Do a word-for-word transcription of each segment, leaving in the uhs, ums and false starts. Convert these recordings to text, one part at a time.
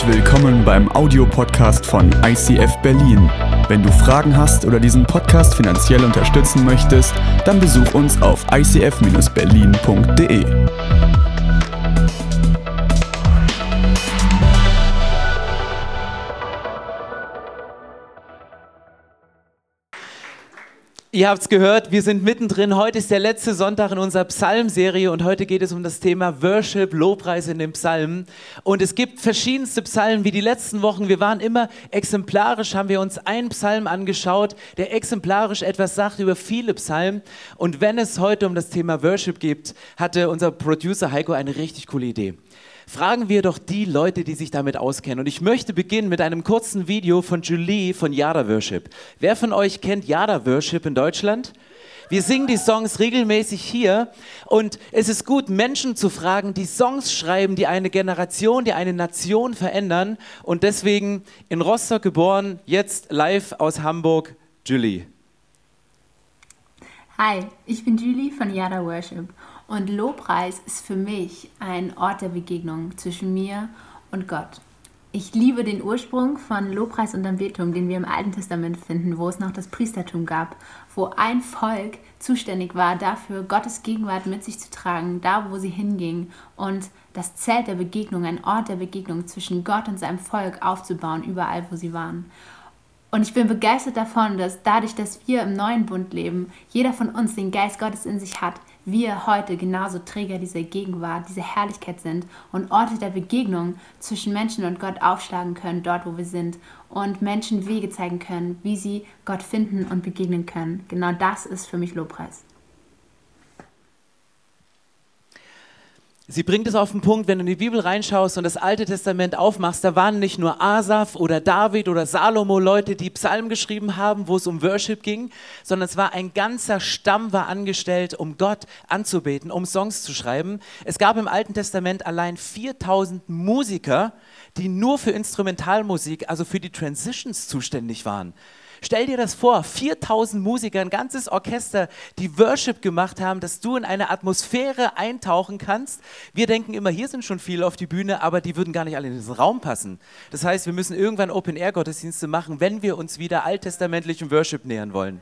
Herzlich willkommen beim Audiopodcast von I C F Berlin. Wenn du Fragen hast oder diesen Podcast finanziell unterstützen möchtest, dann besuch uns auf i c f Bindestrich berlin punkt d e. Ihr habt es gehört, wir sind mittendrin. Heute ist der letzte Sonntag in unserer Psalmserie und heute geht es um das Thema Worship, Lobpreis in den Psalmen. Und es gibt verschiedenste Psalmen wie die letzten Wochen. Wir waren immer exemplarisch, haben wir uns einen Psalm angeschaut, der exemplarisch etwas sagt über viele Psalmen. Und wenn es heute um das Thema Worship geht, hatte unser Producer Heiko eine richtig coole Idee. Fragen wir doch die Leute, die sich damit auskennen. Und ich möchte beginnen mit einem kurzen Video von Julie von Yada Worship. Wer von euch kennt Yada Worship in Deutschland? Wir singen die Songs regelmäßig hier und es ist gut, Menschen zu fragen, die Songs schreiben, die eine Generation, die eine Nation verändern. Und deswegen in Rostock geboren, jetzt live aus Hamburg, Julie. Hi, ich bin Julie von Yada Worship. Und Lobpreis ist für mich ein Ort der Begegnung zwischen mir und Gott. Ich liebe den Ursprung von Lobpreis und Anbetung, den wir im Alten Testament finden, wo es noch das Priestertum gab, wo ein Volk zuständig war dafür, Gottes Gegenwart mit sich zu tragen, da wo sie hinging und das Zelt der Begegnung, ein Ort der Begegnung zwischen Gott und seinem Volk aufzubauen, überall wo sie waren. Und ich bin begeistert davon, dass dadurch, dass wir im neuen Bund leben, jeder von uns den Geist Gottes in sich hat, wir heute genauso Träger dieser Gegenwart, dieser Herrlichkeit sind und Orte der Begegnung zwischen Menschen und Gott aufschlagen können, dort wo wir sind und Menschen Wege zeigen können, wie sie Gott finden und begegnen können. Genau das ist für mich Lobpreis. Sie bringt es auf den Punkt, wenn du in die Bibel reinschaust und das Alte Testament aufmachst, da waren nicht nur Asaf oder David oder Salomo Leute, die Psalmen geschrieben haben, wo es um Worship ging, sondern es war ein ganzer Stamm war angestellt, um Gott anzubeten, um Songs zu schreiben. Es gab im Alten Testament allein viertausend Musiker, die nur für Instrumentalmusik, also für die Transitions zuständig waren. Stell dir das vor, viertausend Musiker, ein ganzes Orchester, die Worship gemacht haben, dass du in eine Atmosphäre eintauchen kannst. Wir denken immer, hier sind schon viele auf die Bühne, aber die würden gar nicht alle in diesen Raum passen. Das heißt, wir müssen irgendwann Open-Air-Gottesdienste machen, wenn wir uns wieder alttestamentlichem Worship nähern wollen.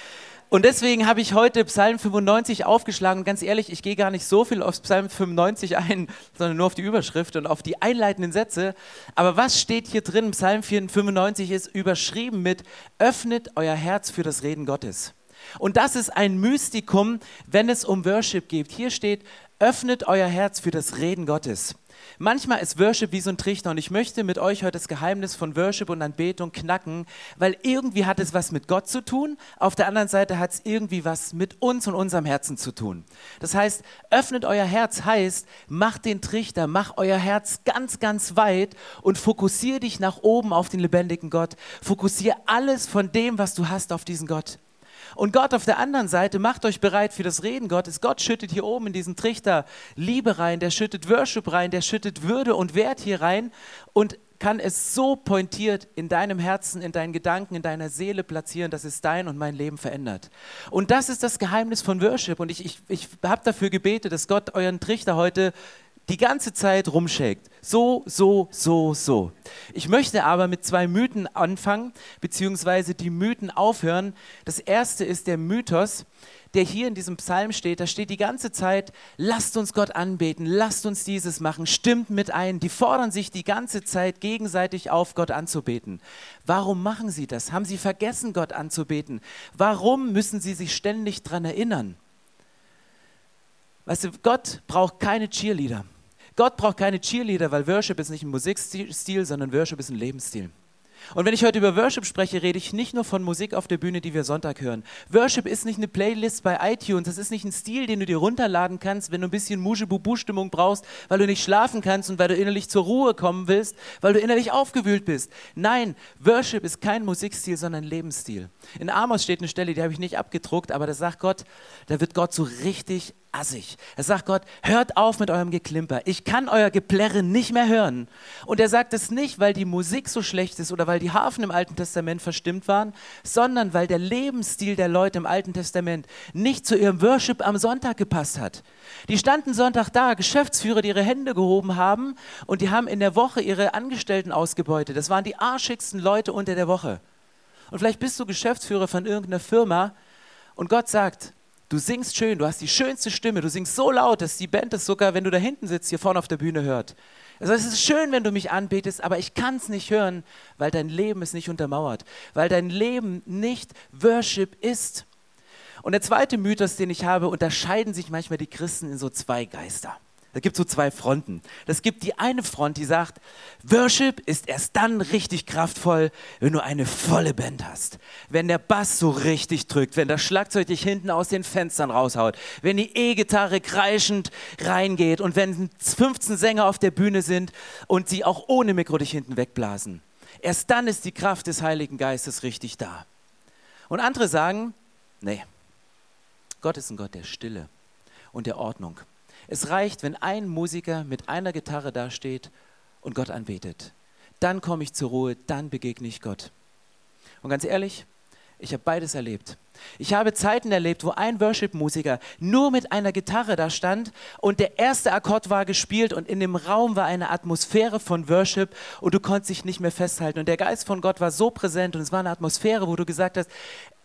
Und deswegen habe ich heute Psalm fünfundneunzig aufgeschlagen und ganz ehrlich, ich gehe gar nicht so viel auf Psalm fünfundneunzig ein, sondern nur auf die Überschrift und auf die einleitenden Sätze. Aber was steht hier drin? Psalm fünfundneunzig ist überschrieben mit öffnet euer Herz für das Reden Gottes. Und das ist ein Mystikum, wenn es um Worship geht. Hier steht, öffnet euer Herz für das Reden Gottes. Manchmal ist Worship wie so ein Trichter und ich möchte mit euch heute das Geheimnis von Worship und Anbetung knacken, weil irgendwie hat es was mit Gott zu tun, auf der anderen Seite hat es irgendwie was mit uns und unserem Herzen zu tun. Das heißt, öffnet euer Herz heißt, macht den Trichter, mach euer Herz ganz, ganz weit und fokussiere dich nach oben auf den lebendigen Gott. Fokussiere alles von dem, was du hast, auf diesen Gott. Und Gott auf der anderen Seite, macht euch bereit für das Reden Gottes. Gott schüttet hier oben in diesen Trichter Liebe rein, der schüttet Worship rein, der schüttet Würde und Wert hier rein und kann es so pointiert in deinem Herzen, in deinen Gedanken, in deiner Seele platzieren, dass es dein und mein Leben verändert. Und das ist das Geheimnis von Worship. Und ich, ich, ich habe dafür gebetet, dass Gott euren Trichter heute die ganze Zeit rumschlägt. So, so, so, so. Ich möchte aber mit zwei Mythen anfangen, beziehungsweise die Mythen aufhören. Das erste ist der Mythos, der hier in diesem Psalm steht. Da steht die ganze Zeit, lasst uns Gott anbeten, lasst uns dieses machen, stimmt mit ein. Die fordern sich die ganze Zeit gegenseitig auf, Gott anzubeten. Warum machen sie das? Haben sie vergessen, Gott anzubeten? Warum müssen sie sich ständig daran erinnern? Weißt du, Gott braucht keine Cheerleader. Gott braucht keine Cheerleader, weil Worship ist nicht ein Musikstil, sondern Worship ist ein Lebensstil. Und wenn ich heute über Worship spreche, rede ich nicht nur von Musik auf der Bühne, die wir Sonntag hören. Worship ist nicht eine Playlist bei iTunes, das ist nicht ein Stil, den du dir runterladen kannst, wenn du ein bisschen Muschebubu-Stimmung brauchst, weil du nicht schlafen kannst und weil du innerlich zur Ruhe kommen willst, weil du innerlich aufgewühlt bist. Nein, Worship ist kein Musikstil, sondern ein Lebensstil. In Amos steht eine Stelle, die habe ich nicht abgedruckt, aber da sagt Gott, da wird Gott so richtig assig. Er sagt Gott, hört auf mit eurem Geklimper. Ich kann euer Geplärre nicht mehr hören. Und er sagt es nicht, weil die Musik so schlecht ist oder weil die Harfen im Alten Testament verstimmt waren, sondern weil der Lebensstil der Leute im Alten Testament nicht zu ihrem Worship am Sonntag gepasst hat. Die standen Sonntag da, Geschäftsführer, die ihre Hände gehoben haben und die haben in der Woche ihre Angestellten ausgebeutet. Das waren die arschigsten Leute unter der Woche. Und vielleicht bist du Geschäftsführer von irgendeiner Firma und Gott sagt, du singst schön, du hast die schönste Stimme, du singst so laut, dass die Band das sogar, wenn du da hinten sitzt, hier vorne auf der Bühne hört. Also es ist schön, wenn du mich anbetest, aber ich kann es nicht hören, weil dein Leben es nicht untermauert, weil dein Leben nicht Worship ist. Und der zweite Mythos, den ich habe, unterscheiden sich manchmal die Christen in so zwei Geister. Da gibt es so zwei Fronten. Das gibt die eine Front, die sagt, Worship ist erst dann richtig kraftvoll, wenn du eine volle Band hast. Wenn der Bass so richtig drückt, wenn das Schlagzeug dich hinten aus den Fenstern raushaut, wenn die E-Gitarre kreischend reingeht und wenn fünfzehn Sänger auf der Bühne sind und sie auch ohne Mikro dich hinten wegblasen. Erst dann ist die Kraft des Heiligen Geistes richtig da. Und andere sagen, nee, Gott ist ein Gott der Stille und der Ordnung. Es reicht, wenn ein Musiker mit einer Gitarre dasteht und Gott anbetet. Dann komme ich zur Ruhe, dann begegne ich Gott. Und ganz ehrlich, ich habe beides erlebt. Ich habe Zeiten erlebt, wo ein Worship-Musiker nur mit einer Gitarre da stand und der erste Akkord war gespielt und in dem Raum war eine Atmosphäre von Worship und du konntest dich nicht mehr festhalten. Und der Geist von Gott war so präsent und es war eine Atmosphäre, wo du gesagt hast,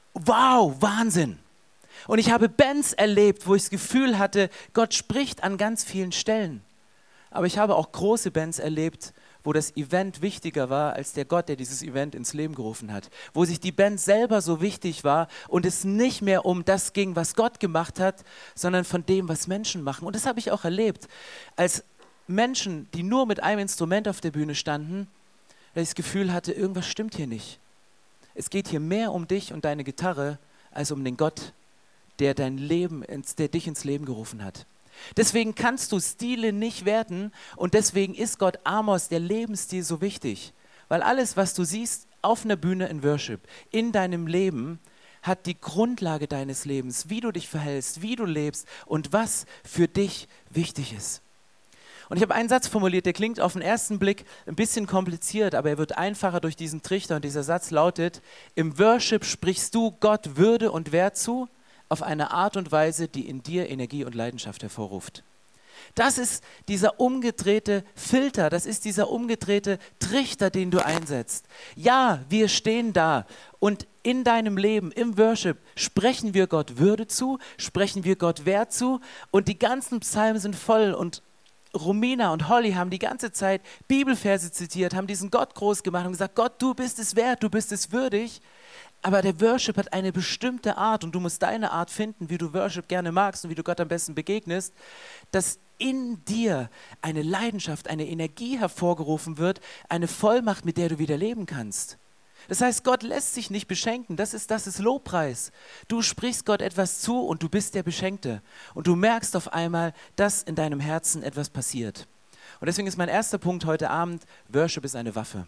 wow, Wahnsinn. Und ich habe Bands erlebt, wo ich das Gefühl hatte, Gott spricht an ganz vielen Stellen. Aber ich habe auch große Bands erlebt, wo das Event wichtiger war als der Gott, der dieses Event ins Leben gerufen hat. Wo sich die Band selber so wichtig war und es nicht mehr um das ging, was Gott gemacht hat, sondern von dem, was Menschen machen. Und das habe ich auch erlebt. Als Menschen, die nur mit einem Instrument auf der Bühne standen, weil ich das Gefühl hatte, irgendwas stimmt hier nicht. Es geht hier mehr um dich und deine Gitarre, als um den Gott, der dein Leben, der dich ins Leben gerufen hat. Deswegen kannst du Stile nicht werten und deswegen ist Gott Amos, der Lebensstil, so wichtig. Weil alles, was du siehst auf einer Bühne in Worship, in deinem Leben, hat die Grundlage deines Lebens, wie du dich verhältst, wie du lebst und was für dich wichtig ist. Und ich habe einen Satz formuliert, der klingt auf den ersten Blick ein bisschen kompliziert, aber er wird einfacher durch diesen Trichter und dieser Satz lautet, im Worship sprichst du Gott Würde und Wert zu, auf eine Art und Weise, die in dir Energie und Leidenschaft hervorruft. Das ist dieser umgedrehte Filter, das ist dieser umgedrehte Trichter, den du einsetzt. Ja, wir stehen da und in deinem Leben, im Worship, sprechen wir Gott Würde zu, sprechen wir Gott Wert zu und die ganzen Psalmen sind voll und Romina und Holly haben die ganze Zeit Bibelverse zitiert, haben diesen Gott groß gemacht und gesagt, Gott, du bist es wert, du bist es würdig. Aber der Worship hat eine bestimmte Art und du musst deine Art finden, wie du Worship gerne magst und wie du Gott am besten begegnest, dass in dir eine Leidenschaft, eine Energie hervorgerufen wird, eine Vollmacht, mit der du wieder leben kannst. Das heißt, Gott lässt sich nicht beschenken, das ist, das ist Lobpreis. Du sprichst Gott etwas zu und du bist der Beschenkte und du merkst auf einmal, dass in deinem Herzen etwas passiert. Und deswegen ist mein erster Punkt heute Abend, Worship ist eine Waffe.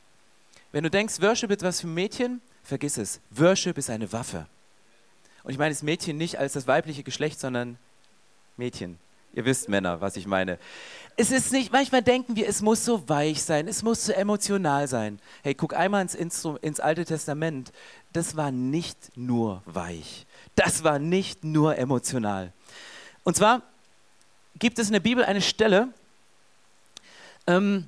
Wenn du denkst, Worship ist was für Mädchen, vergiss es. Worship ist eine Waffe. Und ich meine das Mädchen nicht als das weibliche Geschlecht, sondern Mädchen. Ihr wisst, Männer, was ich meine. Es ist nicht, manchmal denken wir, es muss so weich sein, es muss so emotional sein. Hey, guck einmal ins, Instru- ins Alte Testament. Das war nicht nur weich. Das war nicht nur emotional. Und zwar gibt es in der Bibel eine Stelle, ähm,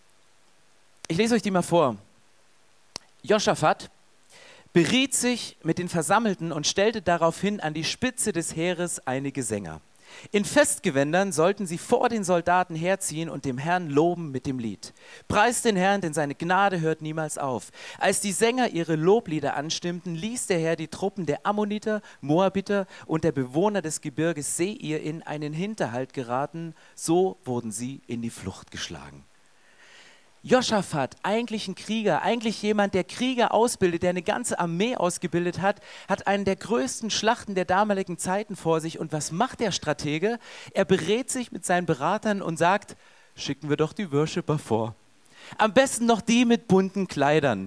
ich lese euch die mal vor. Josaphat beriet sich mit den Versammelten und stellte daraufhin an die Spitze des Heeres einige Sänger. In Festgewändern sollten sie vor den Soldaten herziehen und dem Herrn loben mit dem Lied. Preist den Herrn, denn seine Gnade hört niemals auf. Als die Sänger ihre Loblieder anstimmten, ließ der Herr die Truppen der Ammoniter, Moabiter und der Bewohner des Gebirges Seir in einen Hinterhalt geraten. So wurden sie in die Flucht geschlagen. Josaphat, eigentlich ein Krieger, eigentlich jemand, der Krieger ausbildet, der eine ganze Armee ausgebildet hat, hat einen der größten Schlachten der damaligen Zeiten vor sich. Und was macht der Stratege? Er berät sich mit seinen Beratern und sagt, schicken wir doch die Worshipper vor. Am besten noch die mit bunten Kleidern.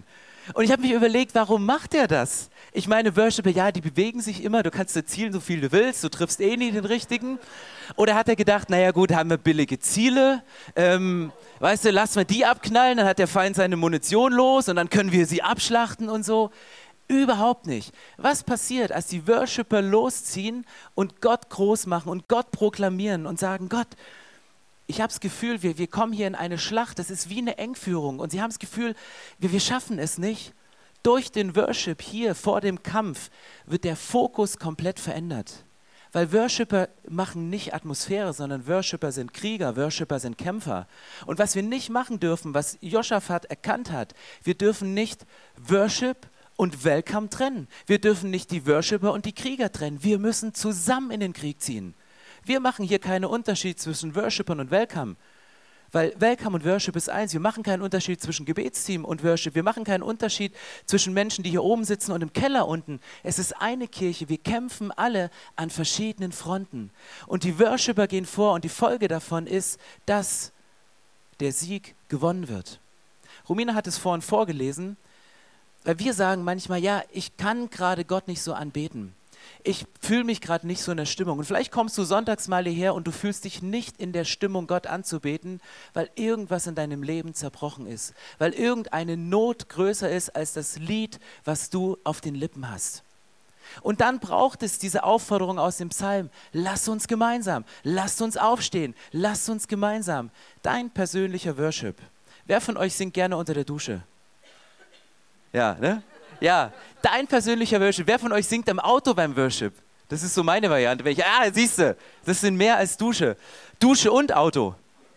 Und ich habe mich überlegt, warum macht er das? Ich meine, Worshipper, ja, die bewegen sich immer, du kannst erzielen, so viel du willst, du triffst eh nie den richtigen. Oder hat er gedacht, naja gut, haben wir billige Ziele, ähm, weißt du, lassen wir die abknallen, dann hat der Feind seine Munition los und dann können wir sie abschlachten und so. Überhaupt nicht. Was passiert, als die Worshipper losziehen und Gott groß machen und Gott proklamieren und sagen, Gott, ich habe das Gefühl, wir, wir kommen hier in eine Schlacht, das ist wie eine Engführung und sie haben das Gefühl, wir, wir schaffen es nicht. Durch den Worship hier vor dem Kampf wird der Fokus komplett verändert. Weil Worshipper machen nicht Atmosphäre, sondern Worshipper sind Krieger, Worshipper sind Kämpfer. Und was wir nicht machen dürfen, was Josaphat erkannt hat, wir dürfen nicht Worship und Welcome trennen. Wir dürfen nicht die Worshipper und die Krieger trennen. Wir müssen zusammen in den Krieg ziehen. Wir machen hier keinen Unterschied zwischen Worshippern und Welcome, weil Welcome und Worship ist eins. Wir machen keinen Unterschied zwischen Gebetsteam und Worship. Wir machen keinen Unterschied zwischen Menschen, die hier oben sitzen und im Keller unten. Es ist eine Kirche. Wir kämpfen alle an verschiedenen Fronten. Und die Worshipper gehen vor und die Folge davon ist, dass der Sieg gewonnen wird. Romina hat es vorhin vorgelesen, weil wir sagen manchmal, ja, ich kann gerade Gott nicht so anbeten. Ich fühle mich gerade nicht so in der Stimmung. Und vielleicht kommst du sonntags mal hierher und du fühlst dich nicht in der Stimmung, Gott anzubeten, weil irgendwas in deinem Leben zerbrochen ist. Weil irgendeine Not größer ist als das Lied, was du auf den Lippen hast. Und dann braucht es diese Aufforderung aus dem Psalm, lass uns gemeinsam, lasst uns aufstehen, lasst uns gemeinsam. Dein persönlicher Worship. Wer von euch singt gerne unter der Dusche? Ja, ne? Ja, dein persönlicher Worship. Wer von euch singt im Auto beim Worship? Das ist so meine Variante. Wenn ich, ah, siehst du, das sind mehr als Dusche. Dusche und Auto.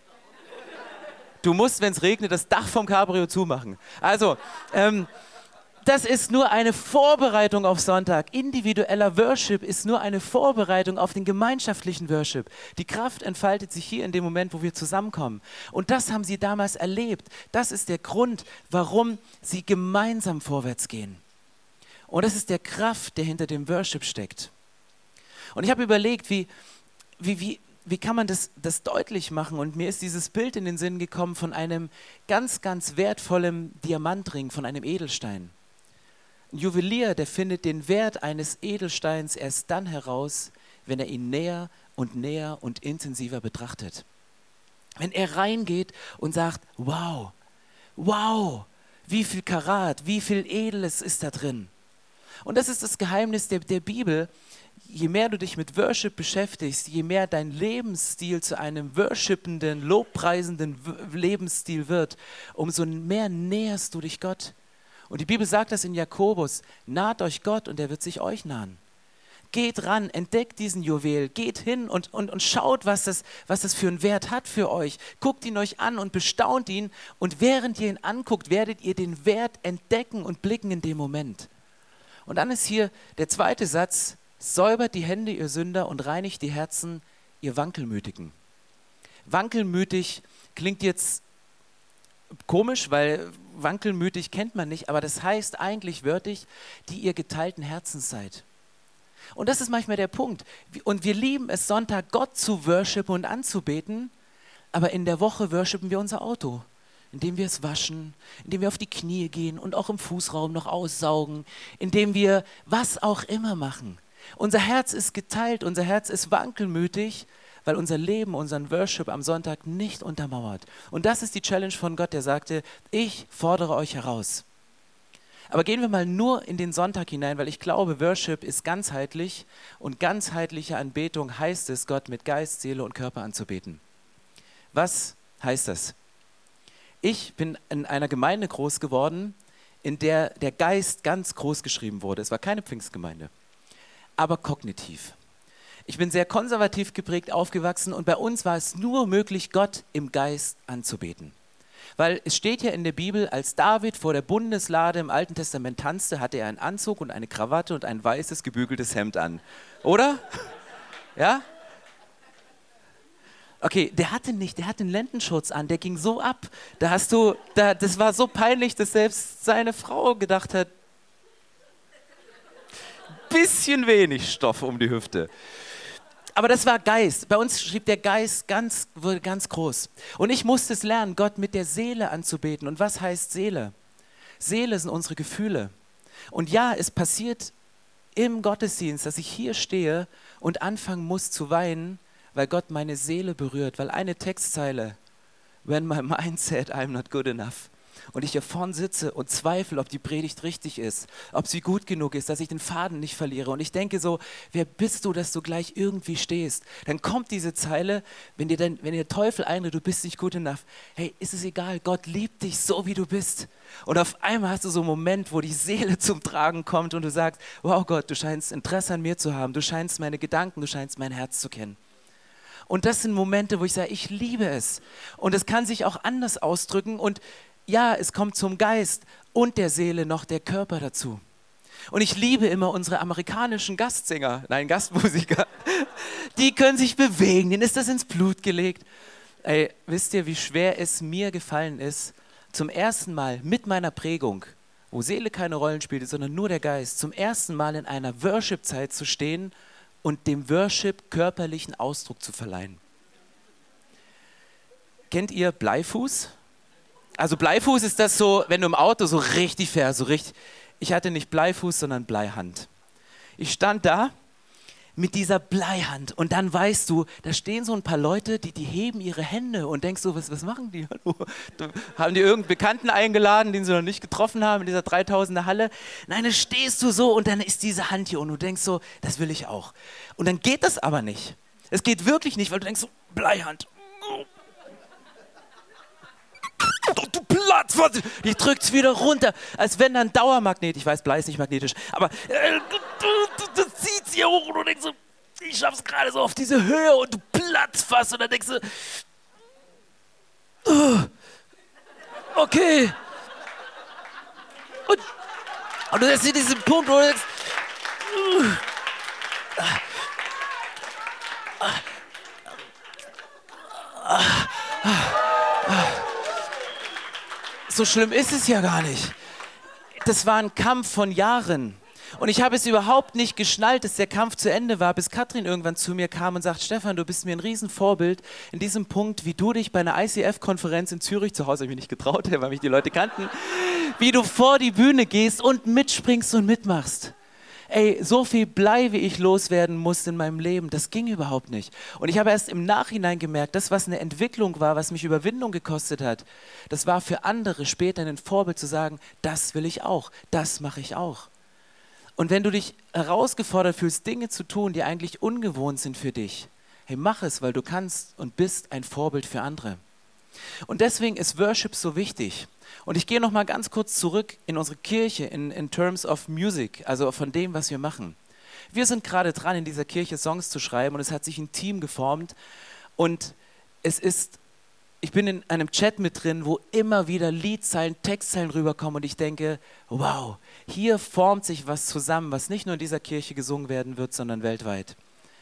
Du musst, wenn es regnet, das Dach vom Cabrio zumachen. Also, ähm, das ist nur eine Vorbereitung auf Sonntag. Individueller Worship ist nur eine Vorbereitung auf den gemeinschaftlichen Worship. Die Kraft entfaltet sich hier in dem Moment, wo wir zusammenkommen. Und das haben sie damals erlebt. Das ist der Grund, warum sie gemeinsam vorwärts gehen. Und das ist der Kraft, der hinter dem Worship steckt. Und ich habe überlegt, wie, wie, wie, wie kann man das, das deutlich machen? Und mir ist dieses Bild in den Sinn gekommen von einem ganz, ganz wertvollen Diamantring, von einem Edelstein. Ein Juwelier, der findet den Wert eines Edelsteins erst dann heraus, wenn er ihn näher und näher und intensiver betrachtet. Wenn er reingeht und sagt, wow, wow, wie viel Karat, wie viel Edles ist da drin. Und das ist das Geheimnis der, der Bibel. Je mehr du dich mit Worship beschäftigst, je mehr dein Lebensstil zu einem worshipenden, lobpreisenden Lebensstil wird, umso mehr näherst du dich Gott. Und die Bibel sagt das in Jakobus, naht euch Gott und er wird sich euch nahen. Geht ran, entdeckt diesen Juwel, geht hin und, und, und schaut, was das, was das für einen Wert hat für euch. Guckt ihn euch an und bestaunt ihn und während ihr ihn anguckt, werdet ihr den Wert entdecken und blicken in dem Moment. Und dann ist hier der zweite Satz, säubert die Hände, ihr Sünder, und reinigt die Herzen, ihr Wankelmütigen. Wankelmütig klingt jetzt komisch, weil wankelmütig kennt man nicht, aber das heißt eigentlich wörtlich, die ihr geteilten Herzens seid. Und das ist manchmal der Punkt. Und wir lieben es, Sonntag Gott zu worshipen und anzubeten, aber in der Woche worshipen wir unser Auto, indem wir es waschen, indem wir auf die Knie gehen und auch im Fußraum noch aussaugen, indem wir was auch immer machen. Unser Herz ist geteilt, unser Herz ist wankelmütig, weil unser Leben, unseren Worship am Sonntag nicht untermauert. Und das ist die Challenge von Gott, der sagte, ich fordere euch heraus. Aber gehen wir mal nur in den Sonntag hinein, weil ich glaube, Worship ist ganzheitlich und ganzheitliche Anbetung heißt es, Gott mit Geist, Seele und Körper anzubeten. Was heißt das? Ich bin in einer Gemeinde groß geworden, in der der Geist ganz groß geschrieben wurde. Es war keine Pfingstgemeinde, aber kognitiv. Ich bin sehr konservativ geprägt aufgewachsen und bei uns war es nur möglich, Gott im Geist anzubeten. Weil es steht ja in der Bibel, als David vor der Bundeslade im Alten Testament tanzte, hatte er einen Anzug und eine Krawatte und ein weißes gebügeltes Hemd an. Oder? Ja? Okay, der hatte nicht, der hatte einen Lendenschutz an, der ging so ab. Da hast du, da, das war so peinlich, dass selbst seine Frau gedacht hat, bisschen wenig Stoff um die Hüfte. Aber das war Geist. Bei uns schrieb der Geist ganz, wurde ganz groß. Und ich musste es lernen, Gott mit der Seele anzubeten. Und was heißt Seele? Seele sind unsere Gefühle. Und ja, es passiert im Gottesdienst, dass ich hier stehe und anfangen muss zu weinen, weil Gott meine Seele berührt, weil eine Textzeile, when my mind said I'm not good enough, und ich hier vorne sitze und zweifle, ob die Predigt richtig ist, ob sie gut genug ist, dass ich den Faden nicht verliere. Und ich denke so, wer bist du, dass du gleich irgendwie stehst? Dann kommt diese Zeile, wenn dir, dann, wenn dir der Teufel einredet, du bist nicht gut enough. Hey, ist es egal, Gott liebt dich so, wie du bist. Und auf einmal hast du so einen Moment, wo die Seele zum Tragen kommt und du sagst, wow Gott, du scheinst Interesse an mir zu haben, du scheinst meine Gedanken, du scheinst mein Herz zu kennen. Und das sind Momente, wo ich sage, ich liebe es. Und es kann sich auch anders ausdrücken und ja, es kommt zum Geist und der Seele noch der Körper dazu. Und ich liebe immer unsere amerikanischen Gastsänger, nein, Gastmusiker, die können sich bewegen, denen ist das ins Blut gelegt. Ey, wisst ihr, wie schwer es mir gefallen ist, zum ersten Mal mit meiner Prägung, wo Seele keine Rollen spielte, sondern nur der Geist, zum ersten Mal in einer Worship-Zeit zu stehen und dem Worship körperlichen Ausdruck zu verleihen. Kennt ihr Bleifuß? Also Bleifuß ist das so, wenn du im Auto so richtig fährst, so richtig. Ich hatte nicht Bleifuß, sondern Bleihand. Ich stand da mit dieser Bleihand und dann weißt du, da stehen so ein paar Leute, die, die heben ihre Hände und denkst so, was, was machen die? Hallo? Haben die irgendeinen Bekannten eingeladen, den sie noch nicht getroffen haben in dieser dreitausender Halle? Nein, da stehst du so und dann ist diese Hand hier und du denkst so, das will ich auch. Und dann geht das aber nicht. Es geht wirklich nicht, weil du denkst so, Bleihand. Du Platz, die drückt es wieder runter, als wenn dann Dauermagnet, ich weiß, Blei ist nicht magnetisch, aber äh, du zieht es hier hoch und du denkst so, ich schaff's gerade so auf diese Höhe und du platzt fast und dann denkst du, uh, okay. Und, und du setzt hier diesen Punkt, wo du denkst, uh, uh, uh, uh, uh, so schlimm ist es ja gar nicht. Das war ein Kampf von Jahren. Und ich habe es überhaupt nicht geschnallt, dass der Kampf zu Ende war, bis Katrin irgendwann zu mir kam und sagt, Stefan, du bist mir ein Riesenvorbild in diesem Punkt, wie du dich bei einer I C F-Konferenz in Zürich, zu Hause habe ich mich nicht getraut, weil mich die Leute kannten, wie du vor die Bühne gehst und mitspringst und mitmachst. Ey, so viel Blei, wie ich loswerden musste in meinem Leben, das ging überhaupt nicht. Und ich habe erst im Nachhinein gemerkt, das, was eine Entwicklung war, was mich Überwindung gekostet hat, das war für andere später ein Vorbild zu sagen, das will ich auch, das mache ich auch. Und wenn du dich herausgefordert fühlst, Dinge zu tun, die eigentlich ungewohnt sind für dich, hey, mach es, weil du kannst und bist ein Vorbild für andere. Und deswegen ist Worship so wichtig. Und ich gehe noch mal ganz kurz zurück in unsere Kirche, in, in terms of music, also von dem, was wir machen. Wir sind gerade dran, in dieser Kirche Songs zu schreiben und es hat sich ein Team geformt und es ist, ich bin in einem Chat mit drin, wo immer wieder Liedzeilen, Textzeilen rüberkommen und ich denke, wow, hier formt sich was zusammen, was nicht nur in dieser Kirche gesungen werden wird, sondern weltweit.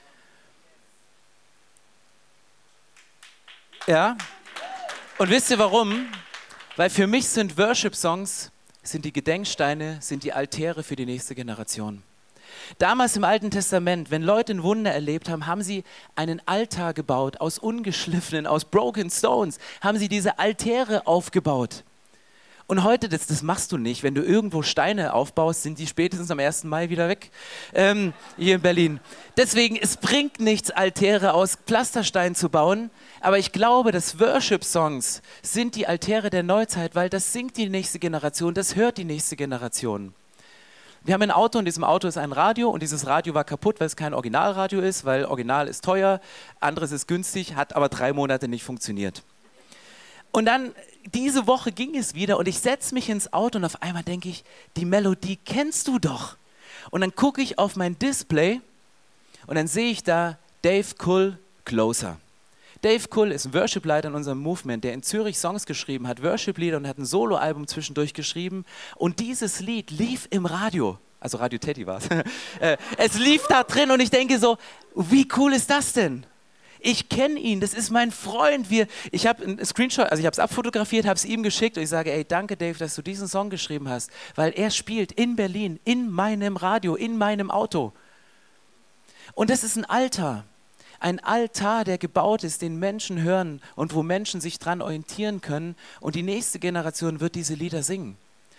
Ja? Und wisst ihr warum? Weil für mich sind Worship-Songs, sind die Gedenksteine, sind die Altäre für die nächste Generation. Damals im Alten Testament, wenn Leute ein Wunder erlebt haben, haben sie einen Altar gebaut aus ungeschliffenen, aus broken stones, haben sie diese Altäre aufgebaut. Und heute, das, das machst du nicht. Wenn du irgendwo Steine aufbaust, sind die spätestens am ersten Mai wieder weg, ähm, hier in Berlin. Deswegen, es bringt nichts, Altäre aus Pflasterstein zu bauen. Aber ich glaube, dass Worship-Songs sind die Altäre der Neuzeit, weil das singt die nächste Generation, das hört die nächste Generation. Wir haben ein Auto, in diesem Auto ist ein Radio und dieses Radio war kaputt, weil es kein Originalradio ist, weil Original ist teuer, anderes ist günstig, hat aber drei Monate nicht funktioniert. Und dann, diese Woche ging es wieder und ich setze mich ins Auto und auf einmal denke ich, die Melodie kennst du doch. Und dann gucke ich auf mein Display und dann sehe ich da Dave Kull, Closer. Dave Kull ist ein Worship-Leiter in unserem Movement, der in Zürich Songs geschrieben hat, Worship-Lieder und hat ein Soloalbum zwischendurch geschrieben. Und dieses Lied lief im Radio, also Radio Teddy war es. Es lief da drin und ich denke so, wie cool ist das denn? Ich kenne ihn, das ist mein Freund. Wir, ich habe einen Screenshot, also ich habe es abfotografiert, habe es ihm geschickt und ich sage, ey, danke Dave, dass du diesen Song geschrieben hast, weil er spielt in Berlin, in meinem Radio, in meinem Auto. Und das ist ein Altar, ein Altar, der gebaut ist, den Menschen hören und wo Menschen sich dran orientieren können und die nächste Generation wird diese Lieder singen.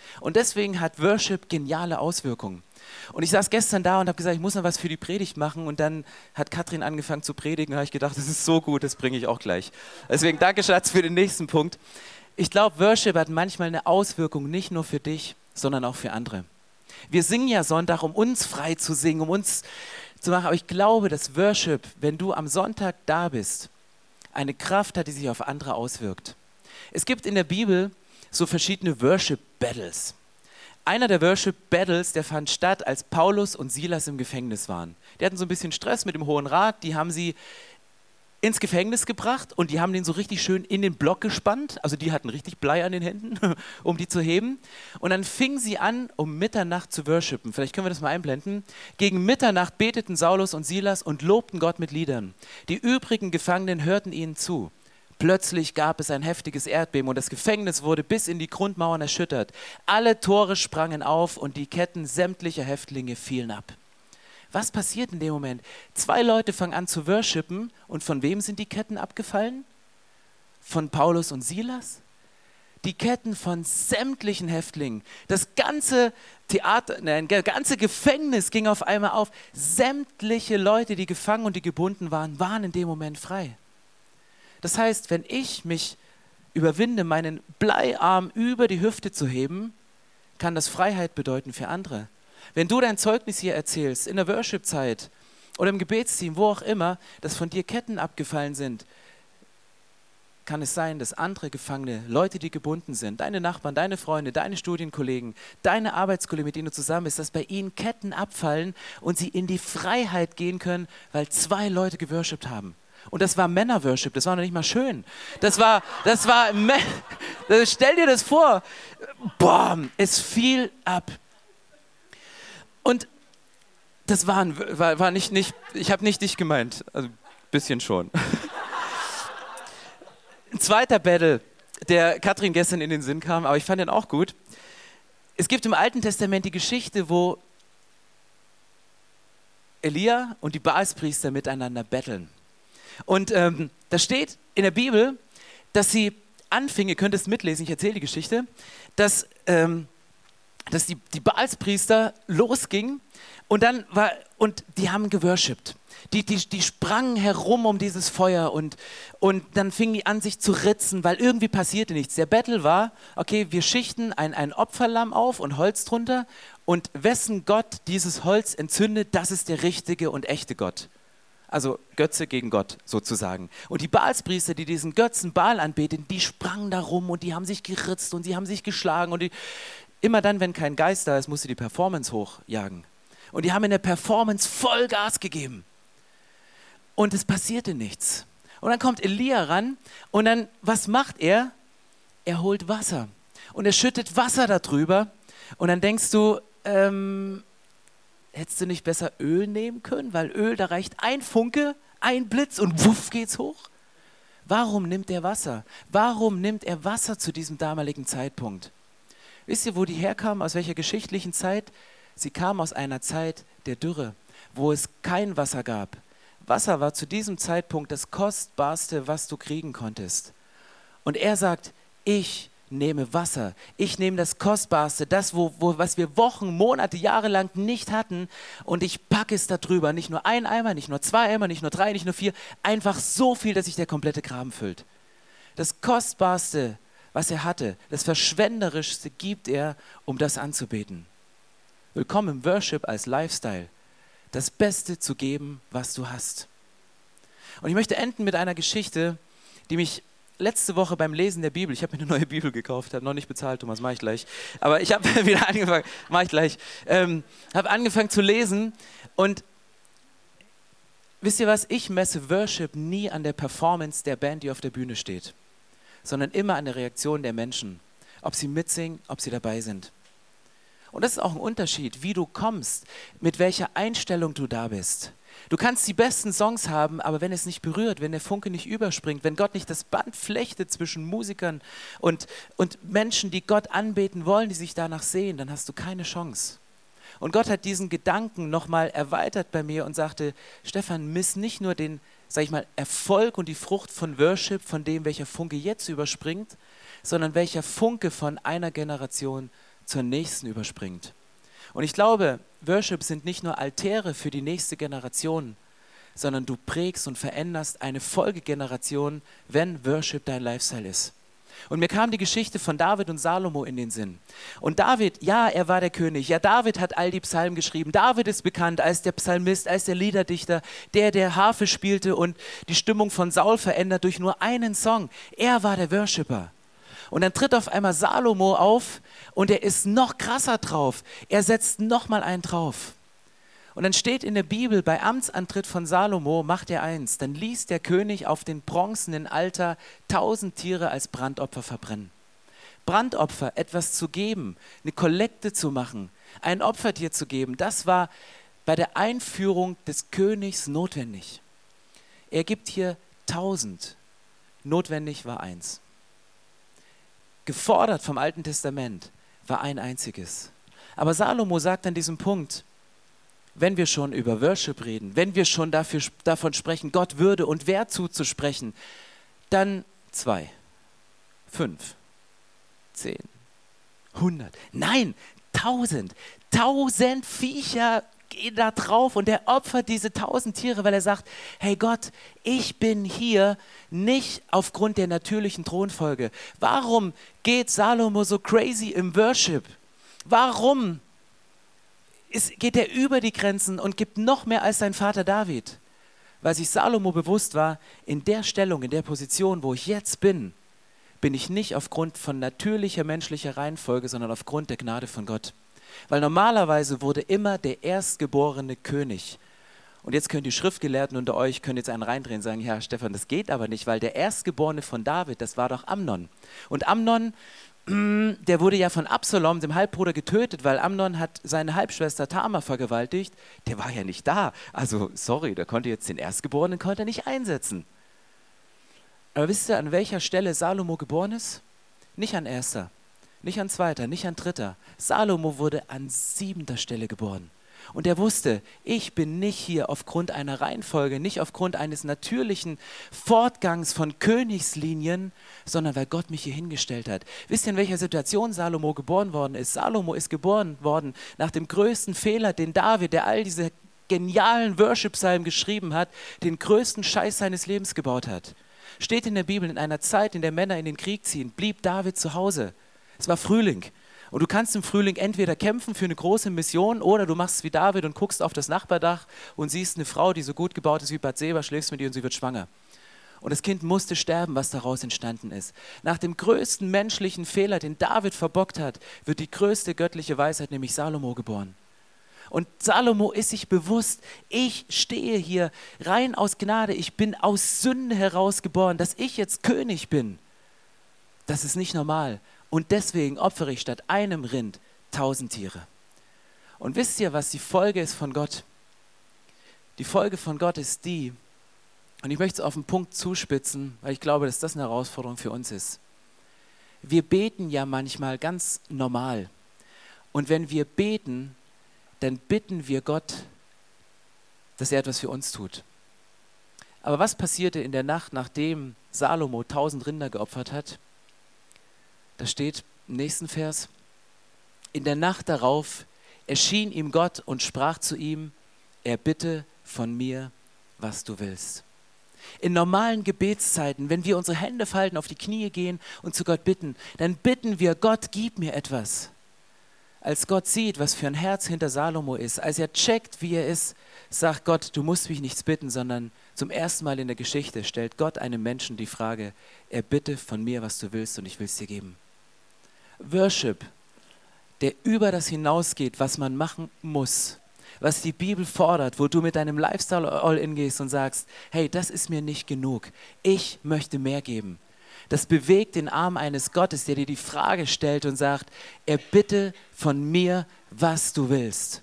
Und deswegen hat Worship geniale Auswirkungen. Und ich saß gestern da und habe gesagt, ich muss noch was für die Predigt machen. Und dann hat Katrin angefangen zu predigen. Und habe ich gedacht, das ist so gut, das bringe ich auch gleich. Deswegen danke, Schatz, für den nächsten Punkt. Ich glaube, Worship hat manchmal eine Auswirkung nicht nur für dich, sondern auch für andere. Wir singen ja Sonntag, um uns frei zu singen, um uns zu machen. Aber ich glaube, dass Worship, wenn du am Sonntag da bist, eine Kraft hat, die sich auf andere auswirkt. Es gibt in der Bibel so verschiedene Worship-Battles. Einer der Worship-Battles, der fand statt, als Paulus und Silas im Gefängnis waren. Die hatten so ein bisschen Stress mit dem Hohen Rat, die haben sie ins Gefängnis gebracht und die haben den so richtig schön in den Block gespannt. Also die hatten richtig Blei an den Händen, um die zu heben. Und dann fingen sie an, um Mitternacht zu worshipen. Vielleicht können wir das mal einblenden. Gegen Mitternacht beteten Saulus und Silas und lobten Gott mit Liedern. Die übrigen Gefangenen hörten ihnen zu. Plötzlich gab es ein heftiges Erdbeben und das Gefängnis wurde bis in die Grundmauern erschüttert. Alle Tore sprangen auf und die Ketten sämtlicher Häftlinge fielen ab. Was passiert in dem Moment? Zwei Leute fangen an zu worshipen und von wem sind die Ketten abgefallen? Von Paulus und Silas? Die Ketten von sämtlichen Häftlingen. Das ganze Theater, nein, das ganze Gefängnis ging auf einmal auf. Sämtliche Leute, die gefangen und die gebunden waren, waren in dem Moment frei. Das heißt, wenn ich mich überwinde, meinen Bleiarm über die Hüfte zu heben, kann das Freiheit bedeuten für andere. Wenn du dein Zeugnis hier erzählst, in der Worship-Zeit oder im Gebetsteam, wo auch immer, dass von dir Ketten abgefallen sind, kann es sein, dass andere Gefangene, Leute, die gebunden sind, deine Nachbarn, deine Freunde, deine Studienkollegen, deine Arbeitskollegen, mit denen du zusammen bist, dass bei ihnen Ketten abfallen und sie in die Freiheit gehen können, weil zwei Leute geworshipt haben. Und das war Männer-Worship, das war noch nicht mal schön. Das war, das war, stell dir das vor, boom, es fiel ab. Und das war, war, war nicht, nicht, ich habe nicht dich gemeint, also ein bisschen schon. Ein zweiter Battle, der Katrin gestern in den Sinn kam, aber ich fand den auch gut. Es gibt im Alten Testament die Geschichte, wo Elia und die Baalspriester miteinander battlen. Und ähm, da steht in der Bibel, dass sie anfingen, ihr könnt es mitlesen, ich erzähle die Geschichte, dass, ähm, dass die, die Baalspriester losgingen und dann war, und die haben geworshipt. Die, die, die sprangen herum um dieses Feuer und, und dann fingen die an, sich zu ritzen, weil irgendwie passierte nichts. Der Battle war, okay, wir schichten ein, ein Opferlamm auf und Holz drunter und wessen Gott dieses Holz entzündet, das ist der richtige und echte Gott. Also Götze gegen Gott sozusagen. Und die Baalspriester, die diesen Götzen Baal anbeten, die sprangen da rum und die haben sich geritzt und sie haben sich geschlagen. Und die, immer dann, wenn kein Geist da ist, musste die Performance hochjagen. Und die haben in der Performance voll Gas gegeben. Und es passierte nichts. Und dann kommt Elia ran und dann, was macht er? Er holt Wasser. Und er schüttet Wasser darüber. Und dann denkst du, ähm, hättest du nicht besser Öl nehmen können? Weil Öl, da reicht ein Funke, ein Blitz und wuff geht's hoch. Warum nimmt er Wasser? Warum nimmt er Wasser zu diesem damaligen Zeitpunkt? Wisst ihr, wo die herkamen? Aus welcher geschichtlichen Zeit? Sie kamen aus einer Zeit der Dürre, wo es kein Wasser gab. Wasser war zu diesem Zeitpunkt das Kostbarste, was du kriegen konntest. Und er sagt, ich nehme Wasser. Ich nehme das Kostbarste, das, wo, wo, was wir Wochen, Monate, Jahre lang nicht hatten und ich packe es da drüber. Nicht nur ein Eimer, nicht nur zwei Eimer, nicht nur drei, nicht nur vier. Einfach so viel, dass sich der komplette Graben füllt. Das Kostbarste, was er hatte, das Verschwenderischste gibt er, um das anzubeten. Willkommen im Worship als Lifestyle. Das Beste zu geben, was du hast. Und ich möchte enden mit einer Geschichte, die mich letzte Woche beim Lesen der Bibel, ich habe mir eine neue Bibel gekauft, habe noch nicht bezahlt, Thomas, mache ich gleich, aber ich habe wieder angefangen, mache ich gleich, ähm, habe angefangen zu lesen und wisst ihr was, ich messe Worship nie an der Performance der Band, die auf der Bühne steht, sondern immer an der Reaktion der Menschen, ob sie mitsingen, ob sie dabei sind. Und das ist auch ein Unterschied, wie du kommst, mit welcher Einstellung du da bist. Du kannst die besten Songs haben, aber wenn es nicht berührt, wenn der Funke nicht überspringt, wenn Gott nicht das Band flechtet zwischen Musikern und, und Menschen, die Gott anbeten wollen, die sich danach sehen, dann hast du keine Chance. Und Gott hat diesen Gedanken nochmal erweitert bei mir und sagte, Stefan, miss nicht nur den, sag ich mal, Erfolg und die Frucht von Worship, von dem, welcher Funke jetzt überspringt, sondern welcher Funke von einer Generation zur nächsten überspringt. Und ich glaube, Worship sind nicht nur Altäre für die nächste Generation, sondern du prägst und veränderst eine Folgegeneration, wenn Worship dein Lifestyle ist. Und mir kam die Geschichte von David und Salomo in den Sinn. Und David, ja, er war der König. Ja, David hat all die Psalmen geschrieben. David ist bekannt als der Psalmist, als der Liederdichter, der der Harfe spielte und die Stimmung von Saul verändert durch nur einen Song. Er war der Worshipper. Und dann tritt auf einmal Salomo auf und er ist noch krasser drauf. Er setzt noch mal einen drauf. Und dann steht in der Bibel, bei Amtsantritt von Salomo macht er eins, dann ließ der König auf den bronzenen Altar tausend Tiere als Brandopfer verbrennen. Brandopfer, etwas zu geben, eine Kollekte zu machen, ein Opfertier zu geben, das war bei der Einführung des Königs notwendig. Er gibt hier tausend, notwendig war eins. Gefordert vom Alten Testament war ein einziges. Aber Salomo sagt an diesem Punkt, wenn wir schon über Worship reden, wenn wir schon dafür, davon sprechen, Gott Würde und Wert zuzusprechen, dann zwei, fünf, zehn, hundert, nein, tausend, tausend Viecher gehen da drauf und er opfert diese tausend Tiere, weil er sagt, hey Gott, ich bin hier nicht aufgrund der natürlichen Thronfolge. Warum geht Salomo so crazy im Worship? Warum Ist, geht er über die Grenzen und gibt noch mehr als sein Vater David? Weil sich Salomo bewusst war, in der Stellung, in der Position, wo ich jetzt bin, bin ich nicht aufgrund von natürlicher menschlicher Reihenfolge, sondern aufgrund der Gnade von Gott. Weil normalerweise wurde immer der erstgeborene König. Und jetzt können die Schriftgelehrten unter euch können jetzt einen reindrehen und sagen, ja Stefan, das geht aber nicht, weil der Erstgeborene von David, das war doch Amnon. Und Amnon, der wurde ja von Absalom, dem Halbbruder, getötet, weil Amnon hat seine Halbschwester Tamar vergewaltigt. Der war ja nicht da. Also, sorry, der konnte jetzt den Erstgeborenen konnte er nicht einsetzen. Aber wisst ihr, an welcher Stelle Salomo geboren ist? Nicht an erster, nicht an zweiter, nicht an dritter. Salomo wurde an siebenter Stelle geboren. Und er wusste, ich bin nicht hier aufgrund einer Reihenfolge, nicht aufgrund eines natürlichen Fortgangs von Königslinien, sondern weil Gott mich hier hingestellt hat. Wisst ihr, in welcher Situation Salomo geboren worden ist? Salomo ist geboren worden nach dem größten Fehler, den David, der all diese genialen Worship-Psalmen geschrieben hat, den größten Scheiß seines Lebens gebaut hat. Steht in der Bibel, in einer Zeit, in der Männer in den Krieg ziehen, blieb David zu Hause. Es war Frühling. Und du kannst im Frühling entweder kämpfen für eine große Mission oder du machst es wie David und guckst auf das Nachbardach und siehst eine Frau, die so gut gebaut ist wie Bathseba, schläfst mit ihr und sie wird schwanger. Und das Kind musste sterben, was daraus entstanden ist. Nach dem größten menschlichen Fehler, den David verbockt hat, wird die größte göttliche Weisheit, nämlich Salomo, geboren. Und Salomo ist sich bewusst, ich stehe hier rein aus Gnade, ich bin aus Sünde heraus geboren, dass ich jetzt König bin. Das ist nicht normal. Und deswegen opfere ich statt einem Rind tausend Tiere. Und wisst ihr, was die Folge ist von Gott? Die Folge von Gott ist die, und ich möchte es auf den Punkt zuspitzen, weil ich glaube, dass das eine Herausforderung für uns ist. Wir beten ja manchmal ganz normal. Und wenn wir beten, dann bitten wir Gott, dass er etwas für uns tut. Aber was passierte in der Nacht, nachdem Salomo tausend Rinder geopfert hat? Da steht im nächsten Vers, in der Nacht darauf erschien ihm Gott und sprach zu ihm, erbitte von mir, was du willst. In normalen Gebetszeiten, wenn wir unsere Hände falten, auf die Knie gehen und zu Gott bitten, dann bitten wir, Gott, gib mir etwas. Als Gott sieht, was für ein Herz hinter Salomo ist, als er checkt, wie er ist, sagt Gott, du musst mich nichts bitten, sondern zum ersten Mal in der Geschichte stellt Gott einem Menschen die Frage, erbitte von mir, was du willst und ich will es dir geben. Worship, der über das hinausgeht, was man machen muss, was die Bibel fordert, wo du mit deinem Lifestyle all-in gehst und sagst, hey, das ist mir nicht genug, ich möchte mehr geben. Das bewegt den Arm eines Gottes, der dir die Frage stellt und sagt, erbitte von mir, was du willst.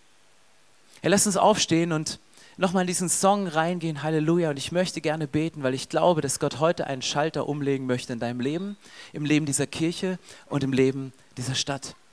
Hey, lass uns aufstehen und nochmal in diesen Song reingehen, Halleluja. Und ich möchte gerne beten, weil ich glaube, dass Gott heute einen Schalter umlegen möchte in deinem Leben, im Leben dieser Kirche und im Leben dieser Stadt.